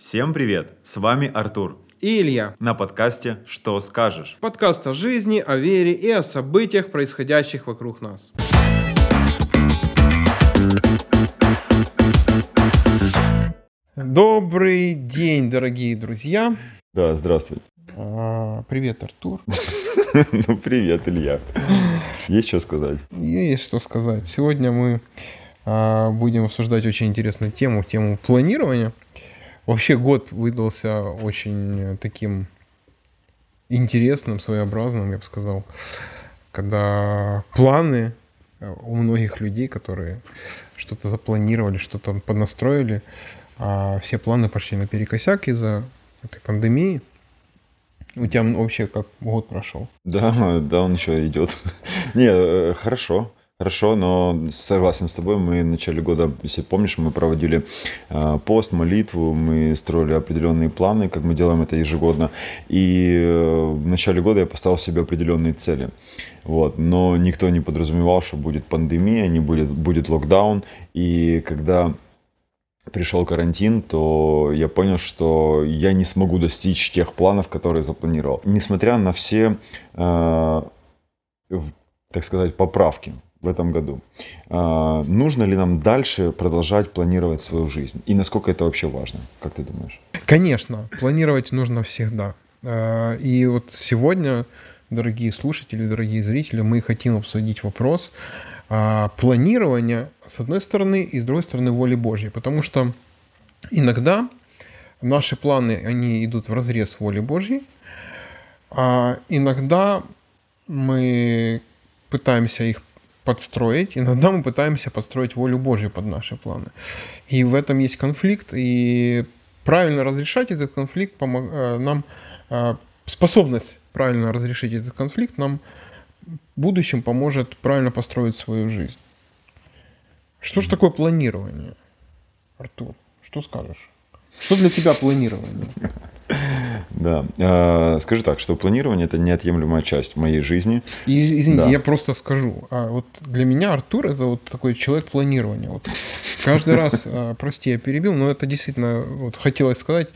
Всем привет! С вами Артур. И Илья. На подкасте «Что скажешь?». Подкаст о жизни, о вере и о событиях, происходящих вокруг нас. Добрый день, дорогие друзья. Да, здравствуй. Привет, Артур. Ну, привет, Илья. Есть что сказать? Есть что сказать. Сегодня мы будем обсуждать очень интересную тему планирования. Вообще год выдался очень таким интересным, своеобразным, я бы сказал, когда планы у многих людей, которые что-то запланировали, что-то поднастроили, а все планы пошли наперекосяк из-за этой пандемии. У тебя вообще как год прошел? Да, он еще идет. Не, хорошо, но согласен с тобой, мы в начале года, если помнишь, мы проводили пост, молитву, мы строили определенные планы, как мы делаем это ежегодно. И в начале года я поставил себе определенные цели. Вот. Но никто не подразумевал, что будет пандемия, будет локдаун. И когда пришел карантин, то я понял, что я не смогу достичь тех планов, которые запланировал. Несмотря на все, так сказать, поправки в этом году, нужно ли нам дальше продолжать планировать свою жизнь? И насколько это вообще важно? Как ты думаешь? Конечно, планировать нужно всегда. И вот сегодня, дорогие слушатели, дорогие зрители, мы хотим обсудить вопрос планирования, с одной стороны, и с другой стороны, воли Божьей. Потому что иногда наши планы, они идут вразрез с волей Божьей, а иногда мы пытаемся их подстроить, иногда мы пытаемся подстроить волю Божью под наши планы. И в этом есть конфликт, и правильно разрешать этот конфликт нам, способность правильно разрешить этот конфликт нам в будущем поможет правильно построить свою жизнь. Что же такое планирование, Артур? Что скажешь? Что для тебя планирование? Да, скажу так, что планирование – это неотъемлемая часть моей жизни. Извините, Да. я просто скажу. Вот для меня Артур – это вот такой человек планирования. Вот каждый раз, прости, я перебил, но это действительно вот хотелось сказать.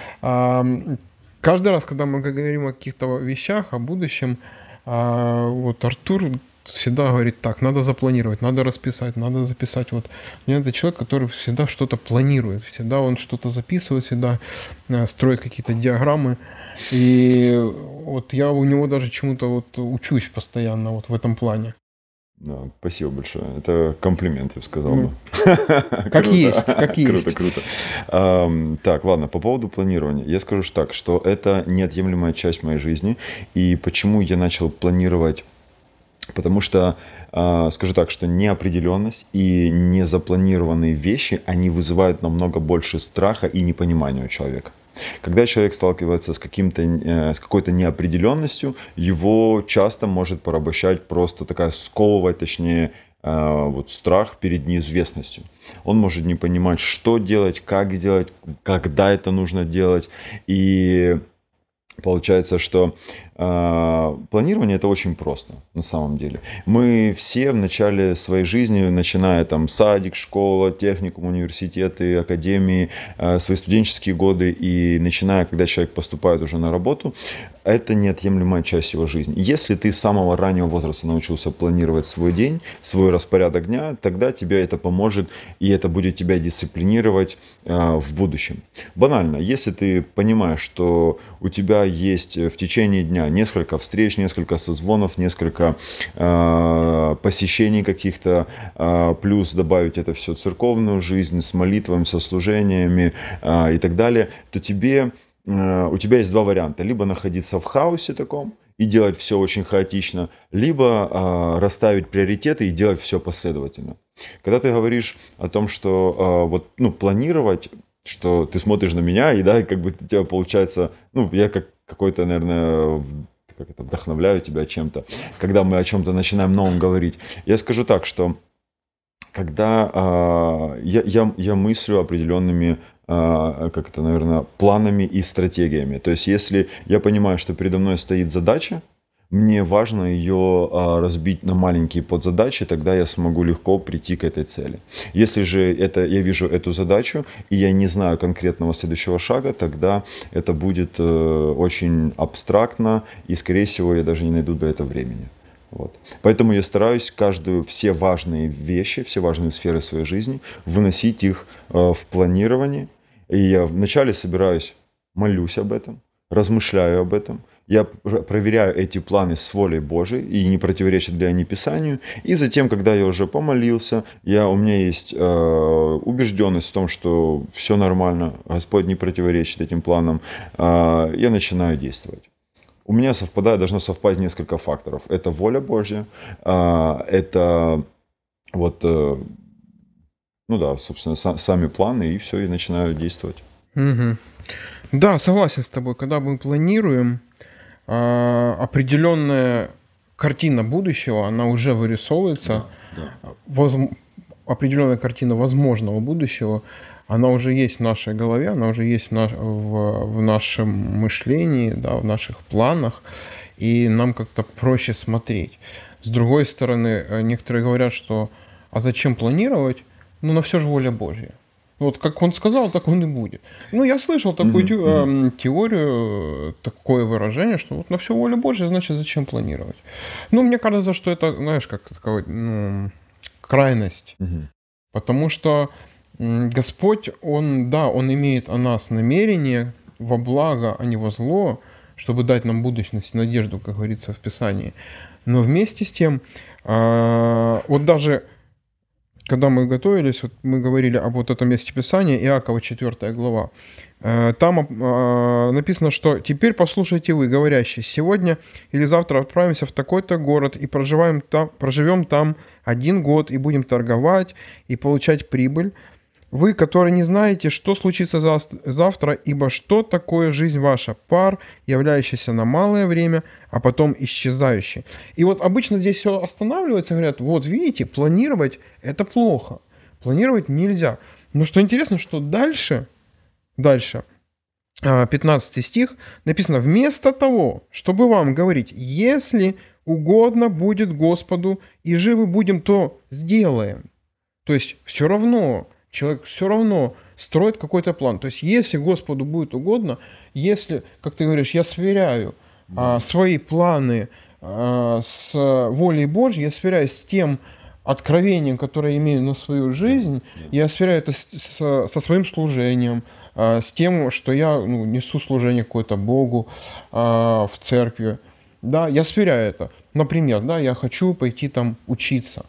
Каждый раз, когда мы говорим о каких-то вещах, о будущем, вот Артур всегда говорит: так, надо запланировать, надо расписать, надо записать. Вот это человек, который всегда что-то планирует, всегда он что-то записывает, всегда строит какие-то диаграммы. И вот я у него даже чему-то вот учусь постоянно вот в этом плане. Да, спасибо большое. Это комплимент, я бы сказал. Ну, как есть, как есть. Круто. Так, ладно, по поводу планирования. Я скажу так, что это неотъемлемая часть моей жизни. И почему я начал планировать? Потому что, скажу так, что неопределенность и незапланированные вещи, они вызывают намного больше страха и непонимания у человека. Когда человек сталкивается с какой-то неопределенностью, его часто может порабощать просто сковывать, точнее, вот страх перед неизвестностью. Он может не понимать, что делать, как делать, когда это нужно делать. И получается, что планирование – это очень просто на самом деле. Мы все в начале своей жизни, начиная там садик, школа, техникум, университеты, академии, свои студенческие годы и начиная, когда человек поступает уже на работу, это неотъемлемая часть его жизни. Если ты с самого раннего возраста научился планировать свой день, свой распорядок дня, тогда тебе это поможет, и это будет тебя дисциплинировать в будущем. Банально, если ты понимаешь, что у тебя есть в течение дня несколько встреч, несколько созвонов, несколько посещений каких-то, плюс добавить это все церковную жизнь с молитвами, со служениями и так далее, то у тебя есть два варианта. Либо находиться в хаосе таком и делать все очень хаотично, либо расставить приоритеты и делать все последовательно. Когда ты говоришь о том, что планировать, что ты смотришь на меня, и да, как бы у тебя получается, я как какой-то, наверное, вдохновляю тебя чем-то, когда мы о чем-то начинаем новом говорить. Я скажу так, что когда я мыслю определенными планами и стратегиями. То есть, если я понимаю, что передо мной стоит задача, Мне важно ее разбить на маленькие подзадачи, тогда я смогу легко прийти к этой цели. Если же я вижу эту задачу, и я не знаю конкретного следующего шага, тогда это будет очень абстрактно, и, скорее всего, я даже не найду для этого времени. Вот. Поэтому я стараюсь все важные вещи, все важные сферы своей жизни выносить их в планирование. И я вначале собираюсь, молюсь об этом, размышляю об этом. Я проверяю эти планы с волей Божией и не противоречат ли они Писанию. И затем, когда я уже помолился, у меня есть убежденность в том, что все нормально, Господь не противоречит этим планам, я начинаю действовать. У меня должно совпасть несколько факторов. Это воля Божья, это вот, ну да, собственно, сами планы, и все, и начинаю действовать. Мгм. Да, согласен с тобой. Когда мы планируем, определенная картина будущего, она уже вырисовывается. Да. Определенная картина возможного будущего, она уже есть в нашей голове, она уже есть в нашем мышлении, да, в наших планах, и нам как-то проще смотреть. С другой стороны, некоторые говорят, что а зачем планировать? Ну, на все же воля Божья. Вот как он сказал, так он и будет. Ну, я слышал такую теорию, такое выражение, что вот на все воля Божья, значит, зачем планировать? Ну, мне кажется, что это, знаешь, как такая, крайность. Мгм. Потому что Господь, Он имеет о нас намерение во благо, а не во зло, чтобы дать нам будущность и надежду, как говорится в Писании. Но вместе с тем, вот даже когда мы готовились, вот мы говорили об вот этом месте Писания, Иакова 4 глава. Там написано, что «Теперь послушайте вы, говорящие, сегодня или завтра отправимся в такой-то город и проживем там 1 год и будем торговать и получать прибыль. Вы, которые не знаете, что случится завтра, ибо что такое жизнь ваша? Пар, являющийся на малое время, а потом исчезающий». И вот обычно здесь все останавливается, говорят, вот видите, планировать – это плохо, планировать нельзя. Но что интересно, что дальше, 15 стих, написано, вместо того, чтобы вам говорить, если угодно будет Господу, и живы будем, то сделаем. То есть все равно, человек все равно строит какой-то план. То есть если Господу будет угодно, если, как ты говоришь, я сверяю свои планы с волей Божьей, я сверяюсь с тем откровением, которое я имею на свою жизнь, я сверяю это со своим служением, с тем, что я несу служение какое-то Богу в церкви. Да, я сверяю это. Например, да, я хочу пойти там учиться,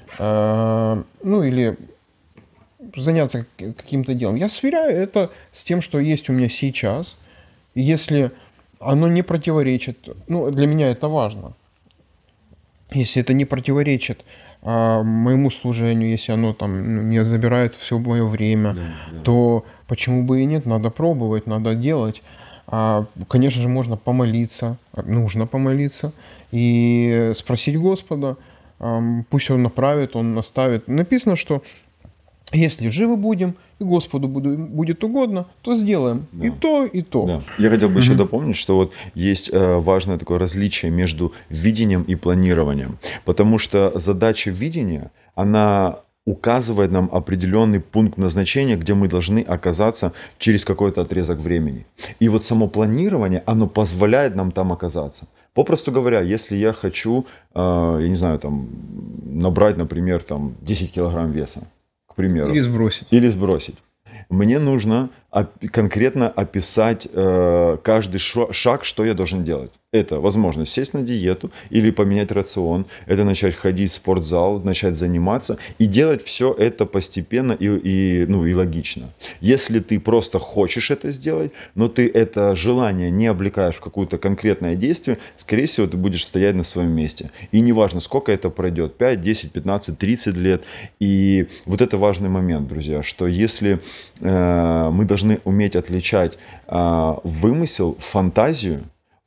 или заняться каким-то делом. Я сверяю это с тем, что есть у меня сейчас. И если оно не противоречит, для меня это важно. Если это не противоречит моему служению, если оно там не забирает все мое время, то почему бы и нет? Надо пробовать, надо делать. Конечно же, можно помолиться, нужно помолиться и спросить Господа, пусть Он направит, Он наставит. Написано, что если живы будем, и Господу будет угодно, то сделаем и то, и то. Да. Я хотел бы еще дополнить, что вот есть важное такое различие между видением и планированием. Потому что задача видения, она указывает нам определенный пункт назначения, где мы должны оказаться через какой-то отрезок времени. И вот само планирование, оно позволяет нам там оказаться. Попросту говоря, если я хочу, я не знаю, там, набрать, например, там, 10 килограмм веса, к примеру. Или сбросить. Мне нужно конкретно описать каждый шаг, что я должен делать. Это, возможно, сесть на диету или поменять рацион, это начать ходить в спортзал, начать заниматься и делать все это постепенно и логично. Если ты просто хочешь это сделать, но ты это желание не облекаешь в какое-то конкретное действие, скорее всего, ты будешь стоять на своем месте. И неважно, сколько это пройдет, 5, 10, 15, 30 лет. И вот это важный момент, друзья, что если мы должны уметь отличать вымысел, фантазию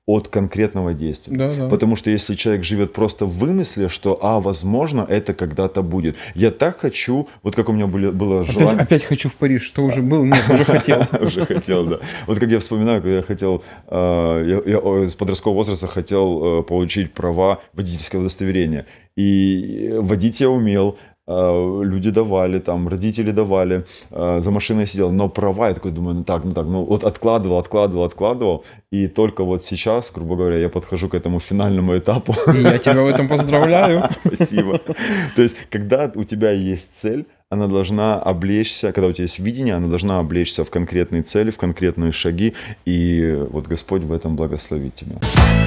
от конкретного действия. Да. Потому что если человек живет просто в вымысле, что, возможно, это когда-то будет. Я так хочу, вот как у меня было желание... Опять хочу в Париж, что уже был? Нет, уже хотел. Уже хотел, да. Вот как я вспоминаю, когда я хотел, я с подросткового возраста хотел получить права водительского удостоверения. И водить я умел, люди давали, там, родители давали, за машиной я сидел, но права, я такой думаю, вот откладывал, и только вот сейчас, грубо говоря, я подхожу к этому финальному этапу. И я тебя в этом поздравляю. Спасибо. То есть, когда у тебя есть цель, она должна облечься, когда у тебя есть видение, она должна облечься в конкретные цели, в конкретные шаги, и вот Господь в этом благословит тебя.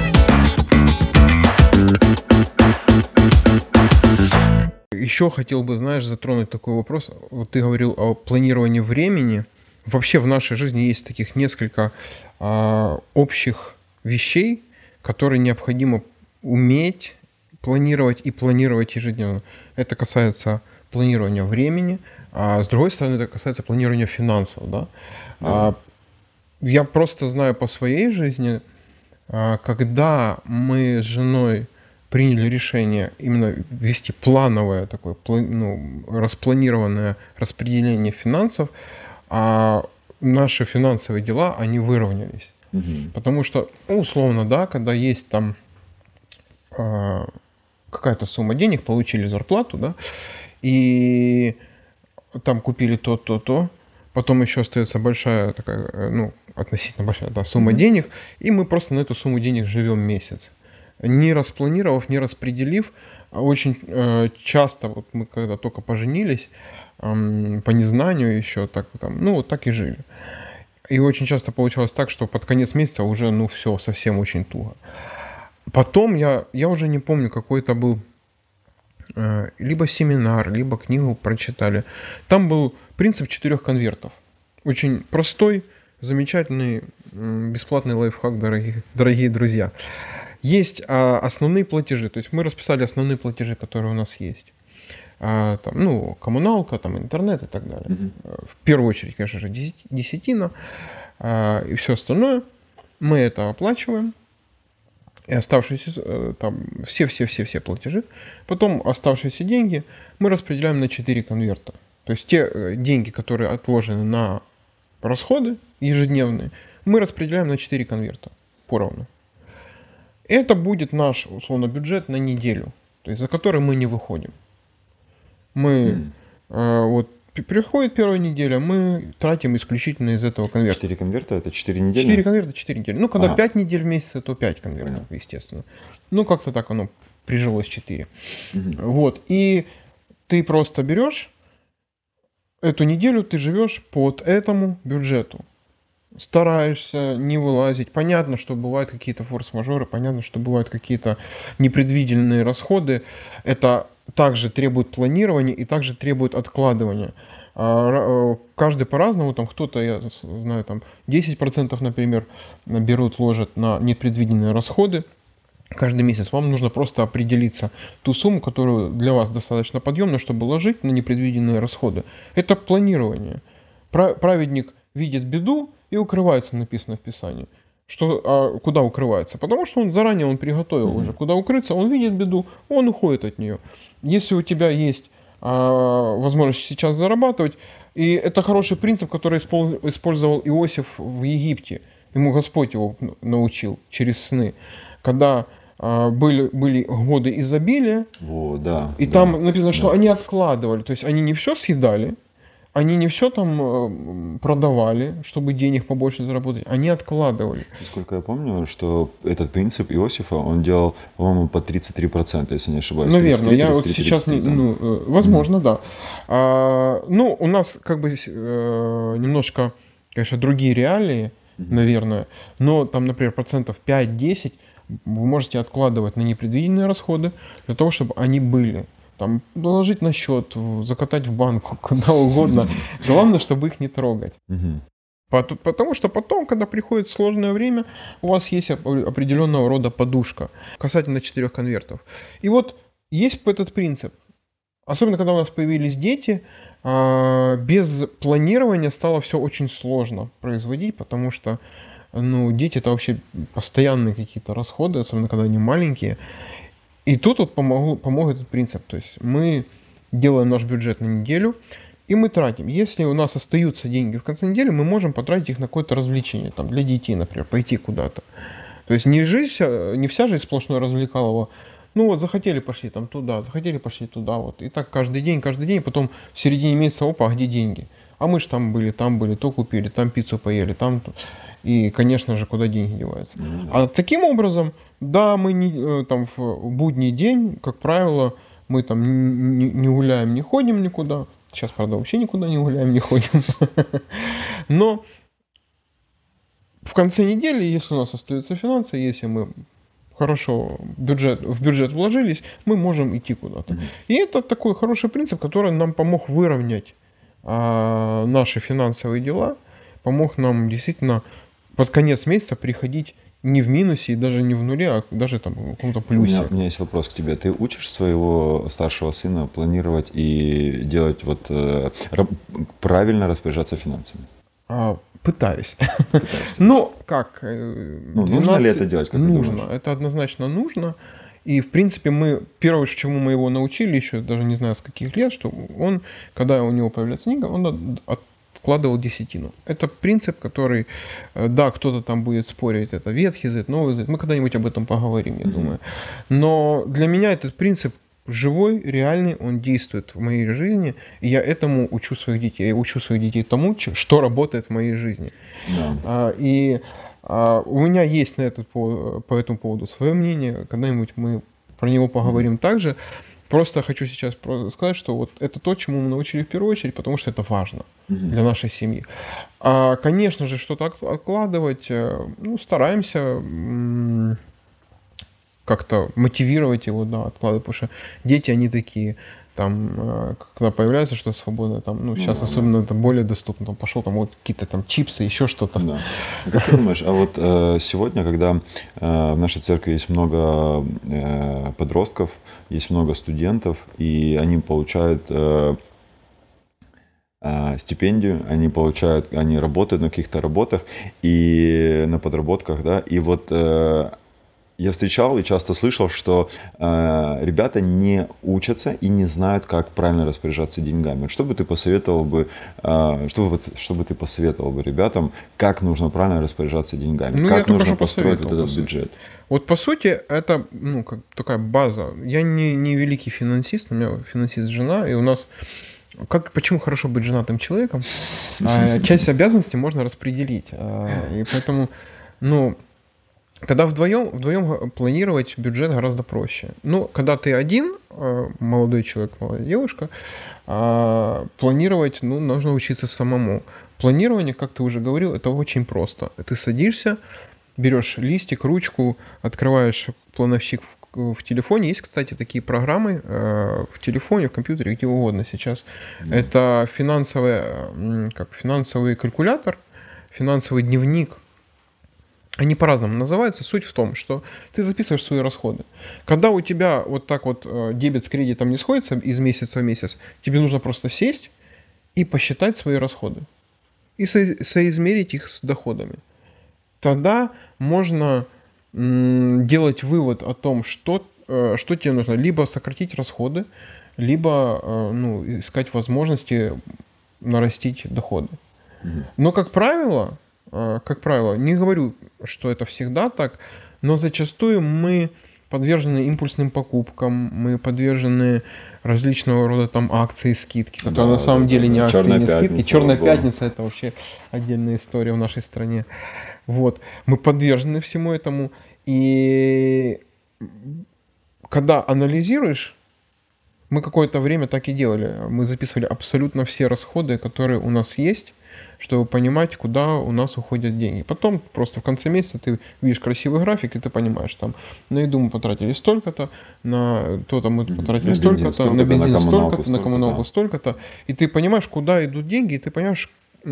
Еще хотел бы, знаешь, затронуть такой вопрос. Вот ты говорил о планировании времени. Вообще в нашей жизни есть таких несколько общих вещей, которые необходимо уметь планировать и планировать ежедневно. Это касается планирования времени, а с другой стороны, это касается планирования финансов. Да? Я просто знаю по своей жизни, когда мы с женой приняли решение именно вести плановое такое, распланированное распределение финансов, а наши финансовые дела, они выровнялись. Потому что, условно, да, когда есть там какая-то сумма денег, получили зарплату, да, и там купили то, потом еще остается большая такая, относительно большая, да, сумма денег, и мы просто на эту сумму денег живем месяц. Не распланировав, не распределив, очень часто, вот мы когда только поженились, по незнанию еще так и жили. И очень часто получалось так, что под конец месяца уже, все, совсем очень туго. Потом я уже не помню, какой-то был либо семинар, либо книгу прочитали. Там был принцип 4 конвертов. Очень простой, замечательный, бесплатный лайфхак, дорогие друзья. Есть основные платежи, то есть мы расписали основные платежи, которые у нас есть. Коммуналка, интернет и так далее. В первую очередь, конечно же, десятина и все остальное. Мы это оплачиваем. И оставшиеся все платежи. Потом оставшиеся деньги мы распределяем на 4 конверта. То есть те деньги, которые отложены на расходы ежедневные, мы распределяем на 4 конверта поровну. Это будет наш, условно, бюджет на неделю, то есть за который мы не выходим. Приходит первая неделя, мы тратим исключительно из этого конверта. 4 конверта — это 4 недели? 4 конверта, 4 недели. Когда 5 недель в месяц, то 5 конвертов, естественно. Как-то так оно прижилось 4. Вот. И ты просто берешь эту неделю, ты живешь под этому бюджету. Стараешься не вылазить. Понятно, что бывают какие-то форс-мажоры, понятно, что бывают какие-то непредвиденные расходы. Это также требует планирования и также требует откладывания. Каждый по-разному, кто-то, я знаю, 10%, например, берут, ложат на непредвиденные расходы каждый месяц. Вам нужно просто определиться ту сумму, которую для вас достаточно подъемна, чтобы ложить на непредвиденные расходы. Это планирование. Праведник видит беду и укрывается, написано в Писании. Куда укрывается? Потому что он заранее приготовил уже, куда укрыться. Он видит беду, он уходит от нее. Если у тебя есть возможность сейчас зарабатывать, и это хороший принцип, который использовал Иосиф в Египте. Ему Господь его научил через сны. Когда были годы изобилия, там написано, что они откладывали. То есть они не все съедали, они не все продавали, чтобы денег побольше заработать, они откладывали. Насколько я помню, что этот принцип Иосифа, он делал, по-моему, по 33%, если не ошибаюсь. Наверное, я вот сейчас, возможно, да. У нас немножко, конечно, другие реалии, наверное, но например, 5-10% вы можете откладывать на непредвиденные расходы для того, чтобы они были. Положить на счет, закатать в банку, куда угодно. Главное, чтобы их не трогать. Потому что потом, когда приходит сложное время, у вас есть определенного рода подушка касательно 4 конвертов. И вот есть этот принцип. Особенно, когда у нас появились дети, без планирования стало все очень сложно производить, потому что ну, дети это вообще постоянные какие-то расходы, особенно когда они маленькие. И тут вот помог этот принцип. То есть мы делаем наш бюджет на неделю, и мы тратим. Если у нас остаются деньги в конце недели, мы можем потратить их на какое-то развлечение, там, для детей, например, пойти куда-то. То есть не вся жизнь сплошное развлекалово. Ну вот захотели, пошли там туда, захотели, пошли туда. Вот. И так каждый день, потом в середине месяца, опа, а где деньги? А мы же там были, то купили, там пиццу поели, там... И, конечно же, куда деньги деваются. А таким образом, да, мы там в будний день, как правило, мы там не гуляем, не ходим никуда. Сейчас, правда, вообще никуда не гуляем, не ходим. Но в конце недели, если у нас остаются финансы, если мы хорошо в бюджет вложились, мы можем идти куда-то. И это такой хороший принцип, который нам помог выровнять наши финансовые дела, помог нам действительно под конец месяца приходить не в минусе и даже не в нуле, а даже там в каком-то плюсе. У меня есть вопрос к тебе. Ты учишь своего старшего сына планировать и делать правильно распоряжаться финансами? Пытаюсь. Пытаешься. Ну, как? Нужно ли это делать? Как нужно. ты думаешь? Это однозначно нужно. И, в принципе, первое, чему мы его научили, еще даже не знаю с каких лет, что он, когда у него появляется книга, он откладывал десятину. Это принцип, который, да, кто-то там будет спорить, это Ветхий Завет, Новый Завет, мы когда-нибудь об этом поговорим, я думаю. Но для меня этот принцип живой, реальный, он действует в моей жизни, и я этому учу своих детей. Я учу своих детей тому, что работает в моей жизни. Да. У меня есть по этому поводу свое мнение, когда-нибудь мы про него поговорим также. Просто хочу сейчас сказать, что вот это то, чему мы научили в первую очередь, потому что это важно для нашей семьи. Конечно же, что-то откладывать, стараемся как-то мотивировать его, да, откладывать, потому что дети, они такие, там, когда появляется что-то свободное, там, сейчас особенно это более доступно, там, пошел, там, вот какие-то там чипсы, еще что-то. Да. Как ты думаешь, а вот сегодня, когда в нашей церкви есть много подростков, есть много студентов, и они получают стипендию, они работают на каких-то работах и на подработках, да, и вот я встречал и часто слышал, что ребята не учатся и не знают, как правильно распоряжаться деньгами. Что бы ты посоветовал бы, ребятам, как нужно правильно распоряжаться деньгами, как нужно построить вот этот бюджет? Вот по сути это как такая база. Я не великий финансист, у меня финансист жена, и у нас почему хорошо быть женатым человеком? Часть обязанностей можно распределить, и поэтому когда вдвоем планировать бюджет гораздо проще. Когда ты один, молодой человек, молодая девушка, планировать, нужно учиться самому. Планирование, как ты уже говорил, это очень просто. Ты садишься, берешь листик, ручку, открываешь плановщик в телефоне. Есть, кстати, такие программы в телефоне, в компьютере, где угодно сейчас. Это финансовый калькулятор, финансовый дневник. Они по-разному называются. Суть в том, что ты записываешь свои расходы. Когда у тебя вот так вот дебет с кредитом не сходится из месяца в месяц, тебе нужно просто сесть и посчитать свои расходы. И соизмерить их с доходами. Тогда можно делать вывод о том, что тебе нужно. Либо сократить расходы, либо искать возможности нарастить доходы. Но, как правило, не говорю, что это всегда так, но зачастую мы подвержены импульсным покупкам, мы подвержены различного рода там акции, скидки, которые на самом деле не акции, не скидки. Черная пятница — это вообще отдельная история в нашей стране. Вот. Мы подвержены всему этому. И когда анализируешь, мы какое-то время так и делали. Мы записывали абсолютно все расходы, которые у нас есть, чтобы понимать, куда у нас уходят деньги. Потом просто в конце месяца ты видишь красивый график, и ты понимаешь, там, на еду мы потратили столько-то, на то-то мы потратили столько-то, на бензин столько-то, на коммуналку столько-то. И ты понимаешь, куда идут деньги, и ты понимаешь,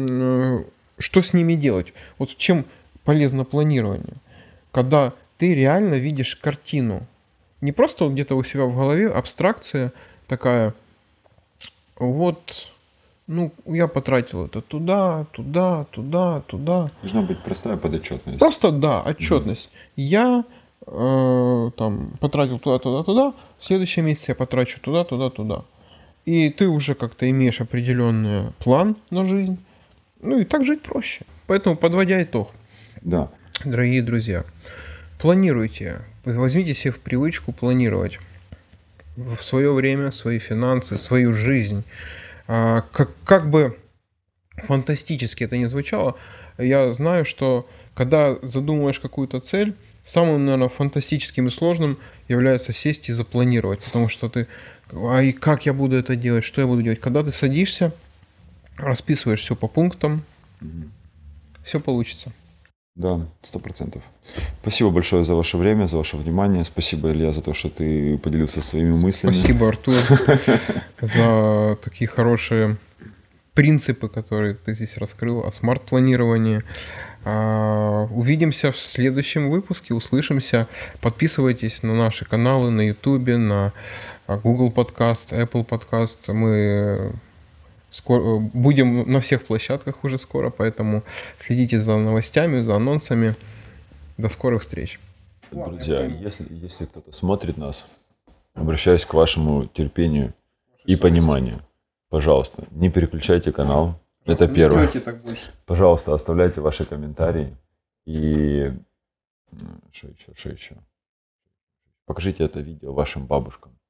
что с ними делать. Вот чем полезно планирование. Когда ты реально видишь картину. Не просто вот где-то у себя в голове абстракция такая, вот Ну, я потратил это туда, туда, туда, туда. Должна быть простая подотчетность. Просто, да, отчетность. Я там потратил туда, туда, туда, в следующем месяце я потрачу туда, туда, туда. И ты уже как-то имеешь определенный план на жизнь. Ну и так жить проще. Поэтому, подводя итог, Да. дорогие друзья, планируйте. Возьмите себе в привычку планировать в свое время, свои финансы, свою жизнь. Как бы фантастически это не звучало, я знаю, что когда задумываешь какую-то цель, самым, наверное, фантастическим и сложным является сесть и запланировать, потому что ты, и как я буду это делать, что я буду делать. Когда ты садишься, расписываешь все по пунктам, все получится. Да, 100%. Спасибо большое за ваше время, за ваше внимание. Спасибо, Илья, за то, что ты поделился своими мыслями. Спасибо, Артур, за такие хорошие принципы, которые ты здесь раскрыл о смарт-планировании. Увидимся в следующем выпуске, услышимся. Подписывайтесь на наши каналы на YouTube, на Google Podcast, Apple Podcast. Мы скоро будем на всех площадках уже скоро, поэтому следите за новостями, за анонсами. До скорых встреч. Друзья, если кто-то смотрит нас, обращаюсь к вашему терпению и пониманию. Пожалуйста, не переключайте канал. Это первое. Пожалуйста, оставляйте ваши комментарии. И что еще? Покажите это видео вашим бабушкам.